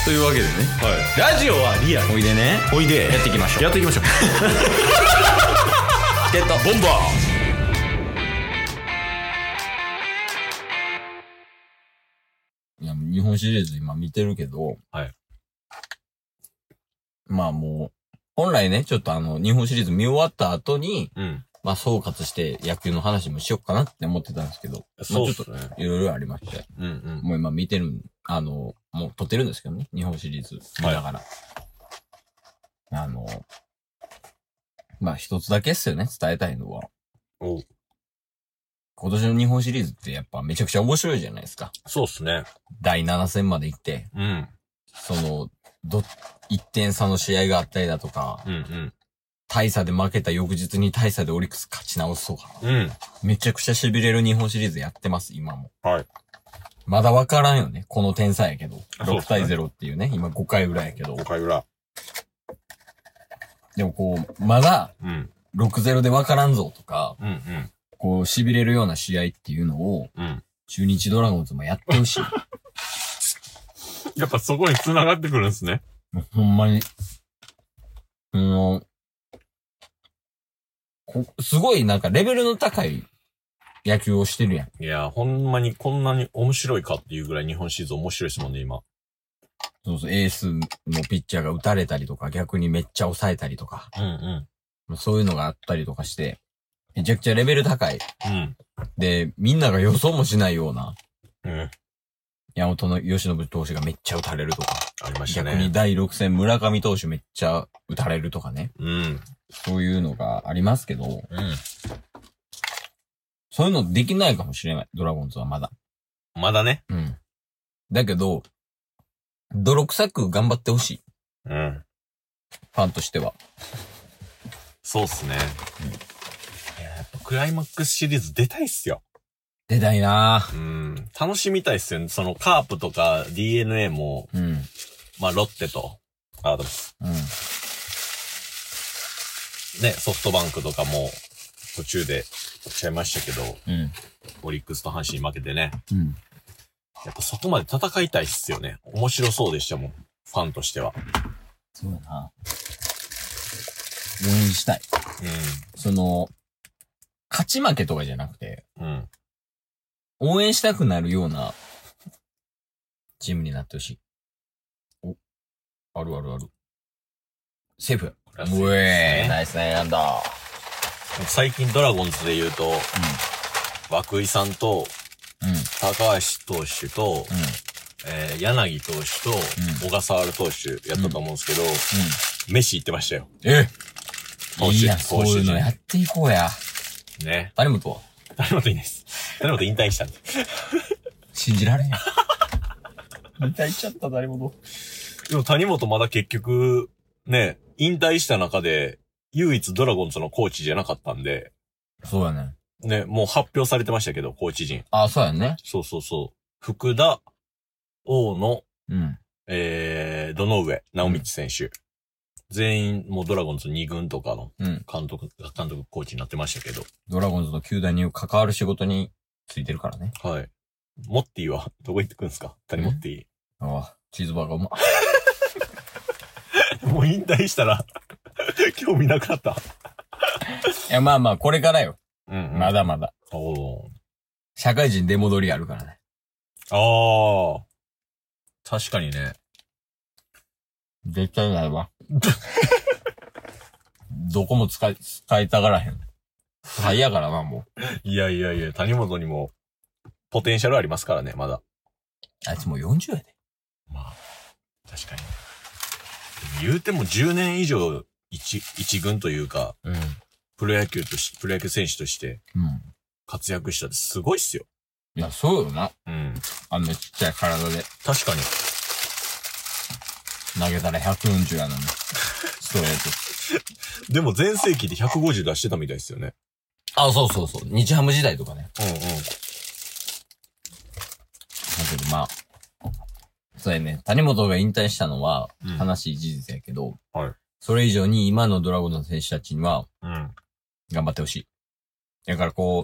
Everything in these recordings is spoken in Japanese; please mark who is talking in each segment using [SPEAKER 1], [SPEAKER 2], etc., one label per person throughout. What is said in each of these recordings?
[SPEAKER 1] というわけでね、
[SPEAKER 2] ラジオはリアル。
[SPEAKER 1] おいでね、
[SPEAKER 2] おいで。
[SPEAKER 1] やっていきましょう。
[SPEAKER 2] やっていきましょう。
[SPEAKER 1] チケットボンバー。いや、日本シリーズ今見てるけど、
[SPEAKER 2] はい。
[SPEAKER 1] まあもう、本来ね、ちょっと日本シリーズ見終わった後に、
[SPEAKER 2] うん。
[SPEAKER 1] まあ総括して野球の話もしよっかなって思ってたんですけど、
[SPEAKER 2] そうっ
[SPEAKER 1] ちょっと
[SPEAKER 2] すね。
[SPEAKER 1] いろいろありまして、
[SPEAKER 2] うんうん。
[SPEAKER 1] もう今見てる、もう撮ってるんですけどね、日本シリーズ見ながら。まあ一つだけっすよね、伝えたいのは。
[SPEAKER 2] お、
[SPEAKER 1] 今年の日本シリーズってやっぱめちゃくちゃ面白いじゃないですか。
[SPEAKER 2] そうっすね。
[SPEAKER 1] 第7戦まで行って、
[SPEAKER 2] うん。
[SPEAKER 1] 1点差の試合があったりだとか、
[SPEAKER 2] うんうん。
[SPEAKER 1] 大差で負けた翌日に大差でオリックス勝ち直すとか、
[SPEAKER 2] うん。
[SPEAKER 1] めちゃくちゃ痺れる日本シリーズやってます、今も。
[SPEAKER 2] はい。
[SPEAKER 1] まだわからんよね、この点差やけど。6
[SPEAKER 2] そうっすね
[SPEAKER 1] 対0っていうね、今5回裏やけど。
[SPEAKER 2] 5回裏。
[SPEAKER 1] でもこう、まだ
[SPEAKER 2] うん。
[SPEAKER 1] 6-0でわからんぞとか、
[SPEAKER 2] うんうん。
[SPEAKER 1] こう、痺れるような試合っていうのを、
[SPEAKER 2] うん。
[SPEAKER 1] 中日ドラゴンズもやってほしい。
[SPEAKER 2] やっぱそこに繋がってくるんですね。
[SPEAKER 1] ほんまに。すごいなんかレベルの高い野球をしてるやん。
[SPEAKER 2] いや、ほんまにこんなに面白いかっていうぐらい日本シリーズ面白いですもんね、今。
[SPEAKER 1] そうそう、エースのピッチャーが打たれたりとか、逆にめっちゃ抑えたりとか、
[SPEAKER 2] うん
[SPEAKER 1] そういうのがあったりとかして、めちゃくちゃレベル高い。
[SPEAKER 2] うん。うん。
[SPEAKER 1] で、みんなが予想もしないような、
[SPEAKER 2] うん。
[SPEAKER 1] 山本の吉信投手がめっちゃ打たれるとか、
[SPEAKER 2] ありましたね。
[SPEAKER 1] 逆に第6戦村上投手めっちゃ打たれるとかね。
[SPEAKER 2] うん。
[SPEAKER 1] そういうのがありますけど、
[SPEAKER 2] うん。
[SPEAKER 1] そういうのできないかもしれない。ドラゴンズはまだ。
[SPEAKER 2] まだね。
[SPEAKER 1] うん。だけど、泥臭く頑張ってほしい。
[SPEAKER 2] うん。
[SPEAKER 1] ファンとしては。
[SPEAKER 2] そうっすね。いや、やっぱクライマックスシリーズ出たいっすよ。
[SPEAKER 1] 出たいな
[SPEAKER 2] うん。楽しみたいっすよね。そのカープとか DNA も、
[SPEAKER 1] ぁ。うん。
[SPEAKER 2] まあロッテと、でも
[SPEAKER 1] うん。
[SPEAKER 2] ね、ソフトバンクとかも途中で落ちちゃいましたけど、
[SPEAKER 1] うん。
[SPEAKER 2] オリックスと阪神に負けてね。
[SPEAKER 1] うん。
[SPEAKER 2] やっぱそこまで戦いたいっすよね。面白そうでしたもん。ファンとしては。
[SPEAKER 1] そうだな。応援したい。勝ち負けとかじゃなくて、
[SPEAKER 2] うん。うん。
[SPEAKER 1] 応援したくなるようなチームになってほしい。お、あるあるある。セーフ。
[SPEAKER 2] これはセーフですね
[SPEAKER 1] ナイスナインだ。
[SPEAKER 2] 最近ドラゴンズで言うと、涌井さんと、高橋投手と、柳投手と、小笠原投手やったと思うんですけど、飯行ってましたよ。投手
[SPEAKER 1] いいや、そういうのやっていこうや。
[SPEAKER 2] ね。
[SPEAKER 1] 谷本は
[SPEAKER 2] 谷本いいです。谷本引退したんで。
[SPEAKER 1] 信じられん。引退しちゃった、谷本。
[SPEAKER 2] でも谷本まだ結局、ね、引退した中で、唯一ドラゴンズのコーチじゃなかったんで、
[SPEAKER 1] そうやね。
[SPEAKER 2] ね、もう発表されてましたけど、コーチ陣。
[SPEAKER 1] あ、そうやね。
[SPEAKER 2] そうそうそう。福田、大野、
[SPEAKER 1] うん。
[SPEAKER 2] 堂上、直道選手。全員、もうドラゴンズ2軍とかの監督、コーチになってましたけど。
[SPEAKER 1] ドラゴンズの球団に関わる仕事についてるからね。
[SPEAKER 2] はい。モッティは、どこ行ってくんですか？谷モッティ。
[SPEAKER 1] ああ、チーズバーガーうま。
[SPEAKER 2] もう引退したら、興味なくなった。
[SPEAKER 1] いや、まあまあ、これからよ。
[SPEAKER 2] うん、
[SPEAKER 1] まだまだ。
[SPEAKER 2] おー。
[SPEAKER 1] 社会人出戻りあるからね。
[SPEAKER 2] ああ。確かにね。
[SPEAKER 1] 絶対ないわ。どこも使いたがらへん。はいやからな、もう。
[SPEAKER 2] いやいやいや、谷本にも、ポテンシャルありますからね、まだ。
[SPEAKER 1] あいつもう40やで。
[SPEAKER 2] まあ、確かに。言うても10年以上一軍というか、プロ野球選手として活躍したってすごいっすよ。
[SPEAKER 1] いや、そうよな。
[SPEAKER 2] うん。
[SPEAKER 1] あんなちっちゃい体で
[SPEAKER 2] 確かに。
[SPEAKER 1] 投げたら140やのに。ストレート。
[SPEAKER 2] でも全盛期で150出してたみたいですよね。
[SPEAKER 1] あ、そうそうそう。日ハム時代とかね。
[SPEAKER 2] うんうん。
[SPEAKER 1] だけどまあ、そうやね。谷本が引退したのは悲しい事実やけど、
[SPEAKER 2] はい。
[SPEAKER 1] それ以上に今のドラゴンズの選手たちには
[SPEAKER 2] うん。
[SPEAKER 1] 頑張ってほしい。だからこ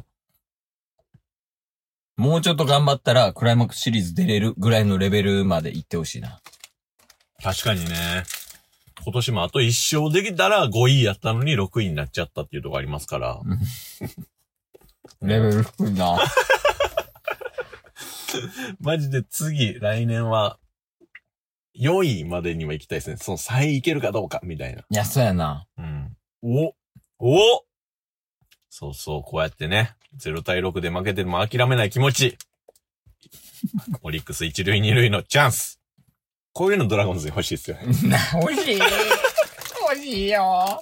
[SPEAKER 1] う、もうちょっと頑張ったらクライマックスシリーズ出れるぐらいのレベルまで行ってほしいな。
[SPEAKER 2] 確かにね。今年もあと1勝できたら5位やったのに6位になっちゃったっていうところありますから。
[SPEAKER 1] レベル低いな。
[SPEAKER 2] マジで次、来年は、4位までには行きたいですね。その3位いけるかどうか、みたいな。
[SPEAKER 1] いや、そうやな。
[SPEAKER 2] うん。そうそう、こうやってね、0対6で負けても諦めない気持ち。オリックス1塁2塁のチャンス。こういうのドラゴンズに欲しいっすよね。
[SPEAKER 1] 欲しい。欲しいよ。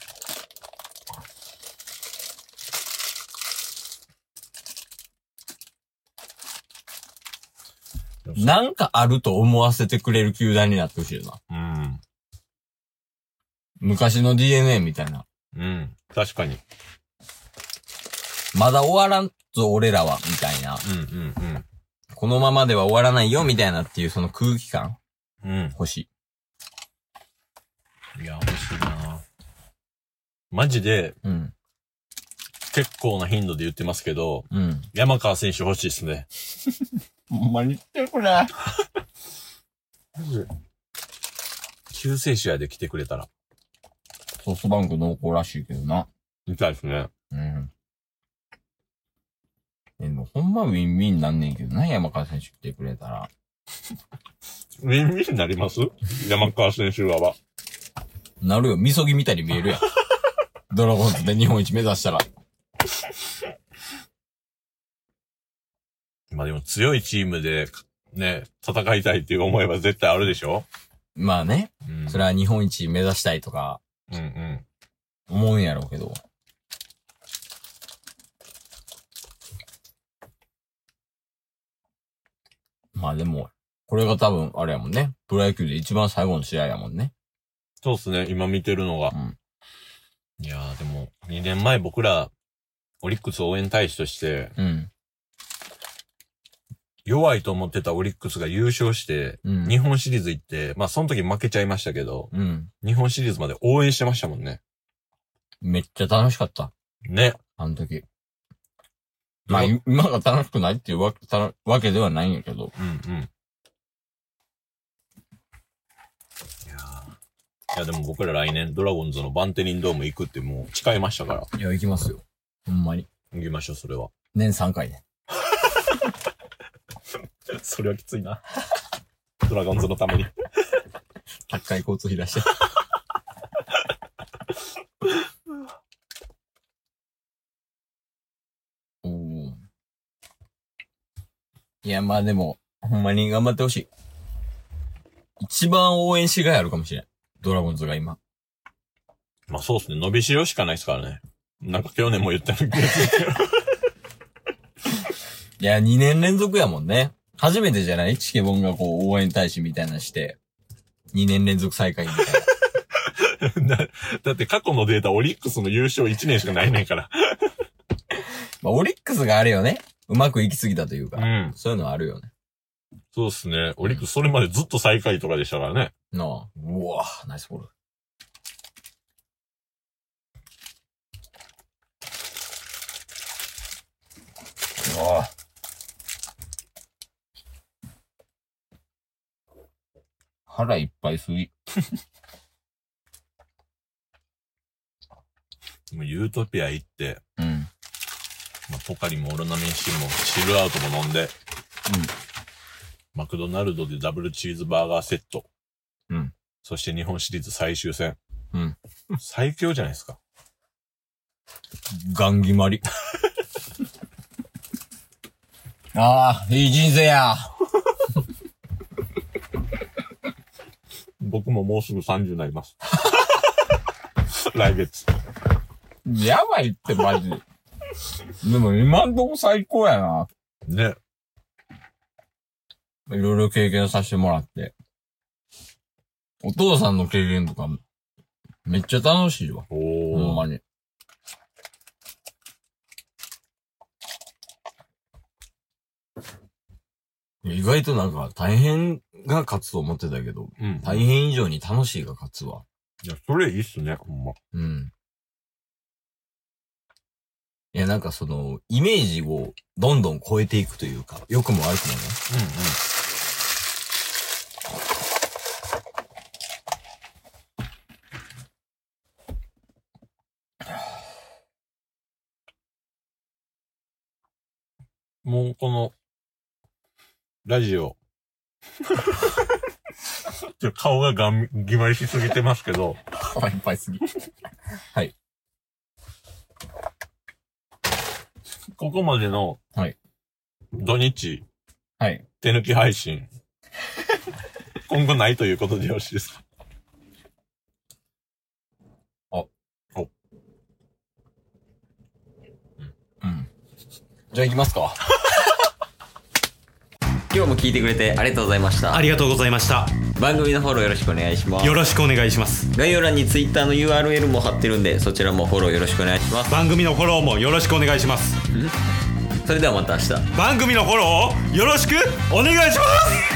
[SPEAKER 1] なんかあると思わせてくれる球団になってほしいな。
[SPEAKER 2] うん。
[SPEAKER 1] 昔の DNA みたいな。
[SPEAKER 2] うん。確かに。
[SPEAKER 1] まだ終わらんぞ、俺らは、みたいな。このままでは終わらないよ、みたいなっていうその空気感。
[SPEAKER 2] うん。
[SPEAKER 1] 欲し
[SPEAKER 2] い。いや、欲しいな。マジで、
[SPEAKER 1] うん。
[SPEAKER 2] 結構な頻度で言ってますけど、
[SPEAKER 1] うん。
[SPEAKER 2] 山川選手欲しいっすね。
[SPEAKER 1] ほんまに言ってるこれ。
[SPEAKER 2] 救世主やで来てくれたら。
[SPEAKER 1] ソフトバンク濃厚らしいけどな。
[SPEAKER 2] みたいですね。
[SPEAKER 1] うん。でもほんまウィンウィンなんねんけどな、山川選手来てくれたら。
[SPEAKER 2] ウィンウィンになります山川選手側は。
[SPEAKER 1] なるよ、みそぎみたいに見えるやん。ドラゴンズで日本一目指したら。
[SPEAKER 2] まあでも強いチームで、ね、戦いたいっていう思いは絶対あるでしょ？
[SPEAKER 1] まあね。
[SPEAKER 2] うん。
[SPEAKER 1] それは日本一目指したいとか、思うんやろうけど。まあでも、これが多分、あれやもんね。プロ野球で一番最後の試合やもんね。
[SPEAKER 2] そうっすね、今見てるのが。いやーでも、2年前僕ら、オリックス応援大使として、弱いと思ってたオリックスが優勝して、日本シリーズ行って、まあその時負けちゃいましたけど、日本シリーズまで応援してましたもんね。め
[SPEAKER 1] っちゃ楽しかった。ね。あの時。まあ、今が楽しくないっていうわけではないんやけど。
[SPEAKER 2] いやでも僕ら来年ドラゴンズのバンテリンドーム行くってもう誓いましたから。
[SPEAKER 1] いや、行きますよ。ほんまに。
[SPEAKER 2] 行きましょう、それは。
[SPEAKER 1] 年3回ね。
[SPEAKER 2] それはきついな。ドラゴンズのために。
[SPEAKER 1] 高い交通費出して。いや、まあでも、ほんまに頑張ってほしい。一番応援しがいあるかもしれん。ドラゴンズが今。まあそうっすね。伸びしろしかないですからね。なんか去年も言った気がするけど。いや、2年連続やもんね。初めてじゃない？チケボンがこう応援大使みたいなして、2年連続最下位みたいな。だって過去のデータオリックスの優勝1年しかないねんから。まあオリックスがあれよね。うまくいきすぎたというか。そういうのはあるよね。そうっすね。オリックスそれまでずっと最下位とかでしたからね。なあ。うわぁ、ナイスボール。うわぁ。腹いっぱいすぎ。もうユートピア行って、まあ、ポカリもオロナミン C もチルアウトも飲んで、マクドナルドでダブルチーズバーガーセット。そして日本シリーズ最終戦。最強じゃないですか。ガン決まり。ああ、いい人生や。僕ももうすぐ30になります。来月。やばいってマジで。でも今んとこ最高やな。ね。いろいろ経験させてもらって。お父さんの経験とか、めっちゃ楽しいわ。ほんまに。意外となんか大変が勝つと思ってたけど、大変以上に楽しいが勝つわ。いや、それいいっすね、ほんま。いや、なんかその、イメージをどんどん超えていくというか、良くも悪くもね。
[SPEAKER 2] この、ラジオ。顔が決まりしすぎてますけど。
[SPEAKER 1] 顔いっぱいすぎ。はい。
[SPEAKER 2] ここまでの、
[SPEAKER 1] はい。
[SPEAKER 2] 土日。
[SPEAKER 1] はい。
[SPEAKER 2] 手抜き配信。今後ないということでよろしいですか？
[SPEAKER 1] うん。じゃあ行きますか。
[SPEAKER 3] 今日も聞いてくれてありがとうございました。
[SPEAKER 4] ありがとうございました。
[SPEAKER 3] 番組のフォローよろしくお願いします。
[SPEAKER 4] よろしくお願いします。
[SPEAKER 3] 概要欄に Twitter の URL も貼ってるんで、そちらもフォローよろしくお願いします。
[SPEAKER 4] 番組のフォローもよろしくお願いします。
[SPEAKER 3] それではまた明日。
[SPEAKER 4] 番組のフォローをよろしくお願いします。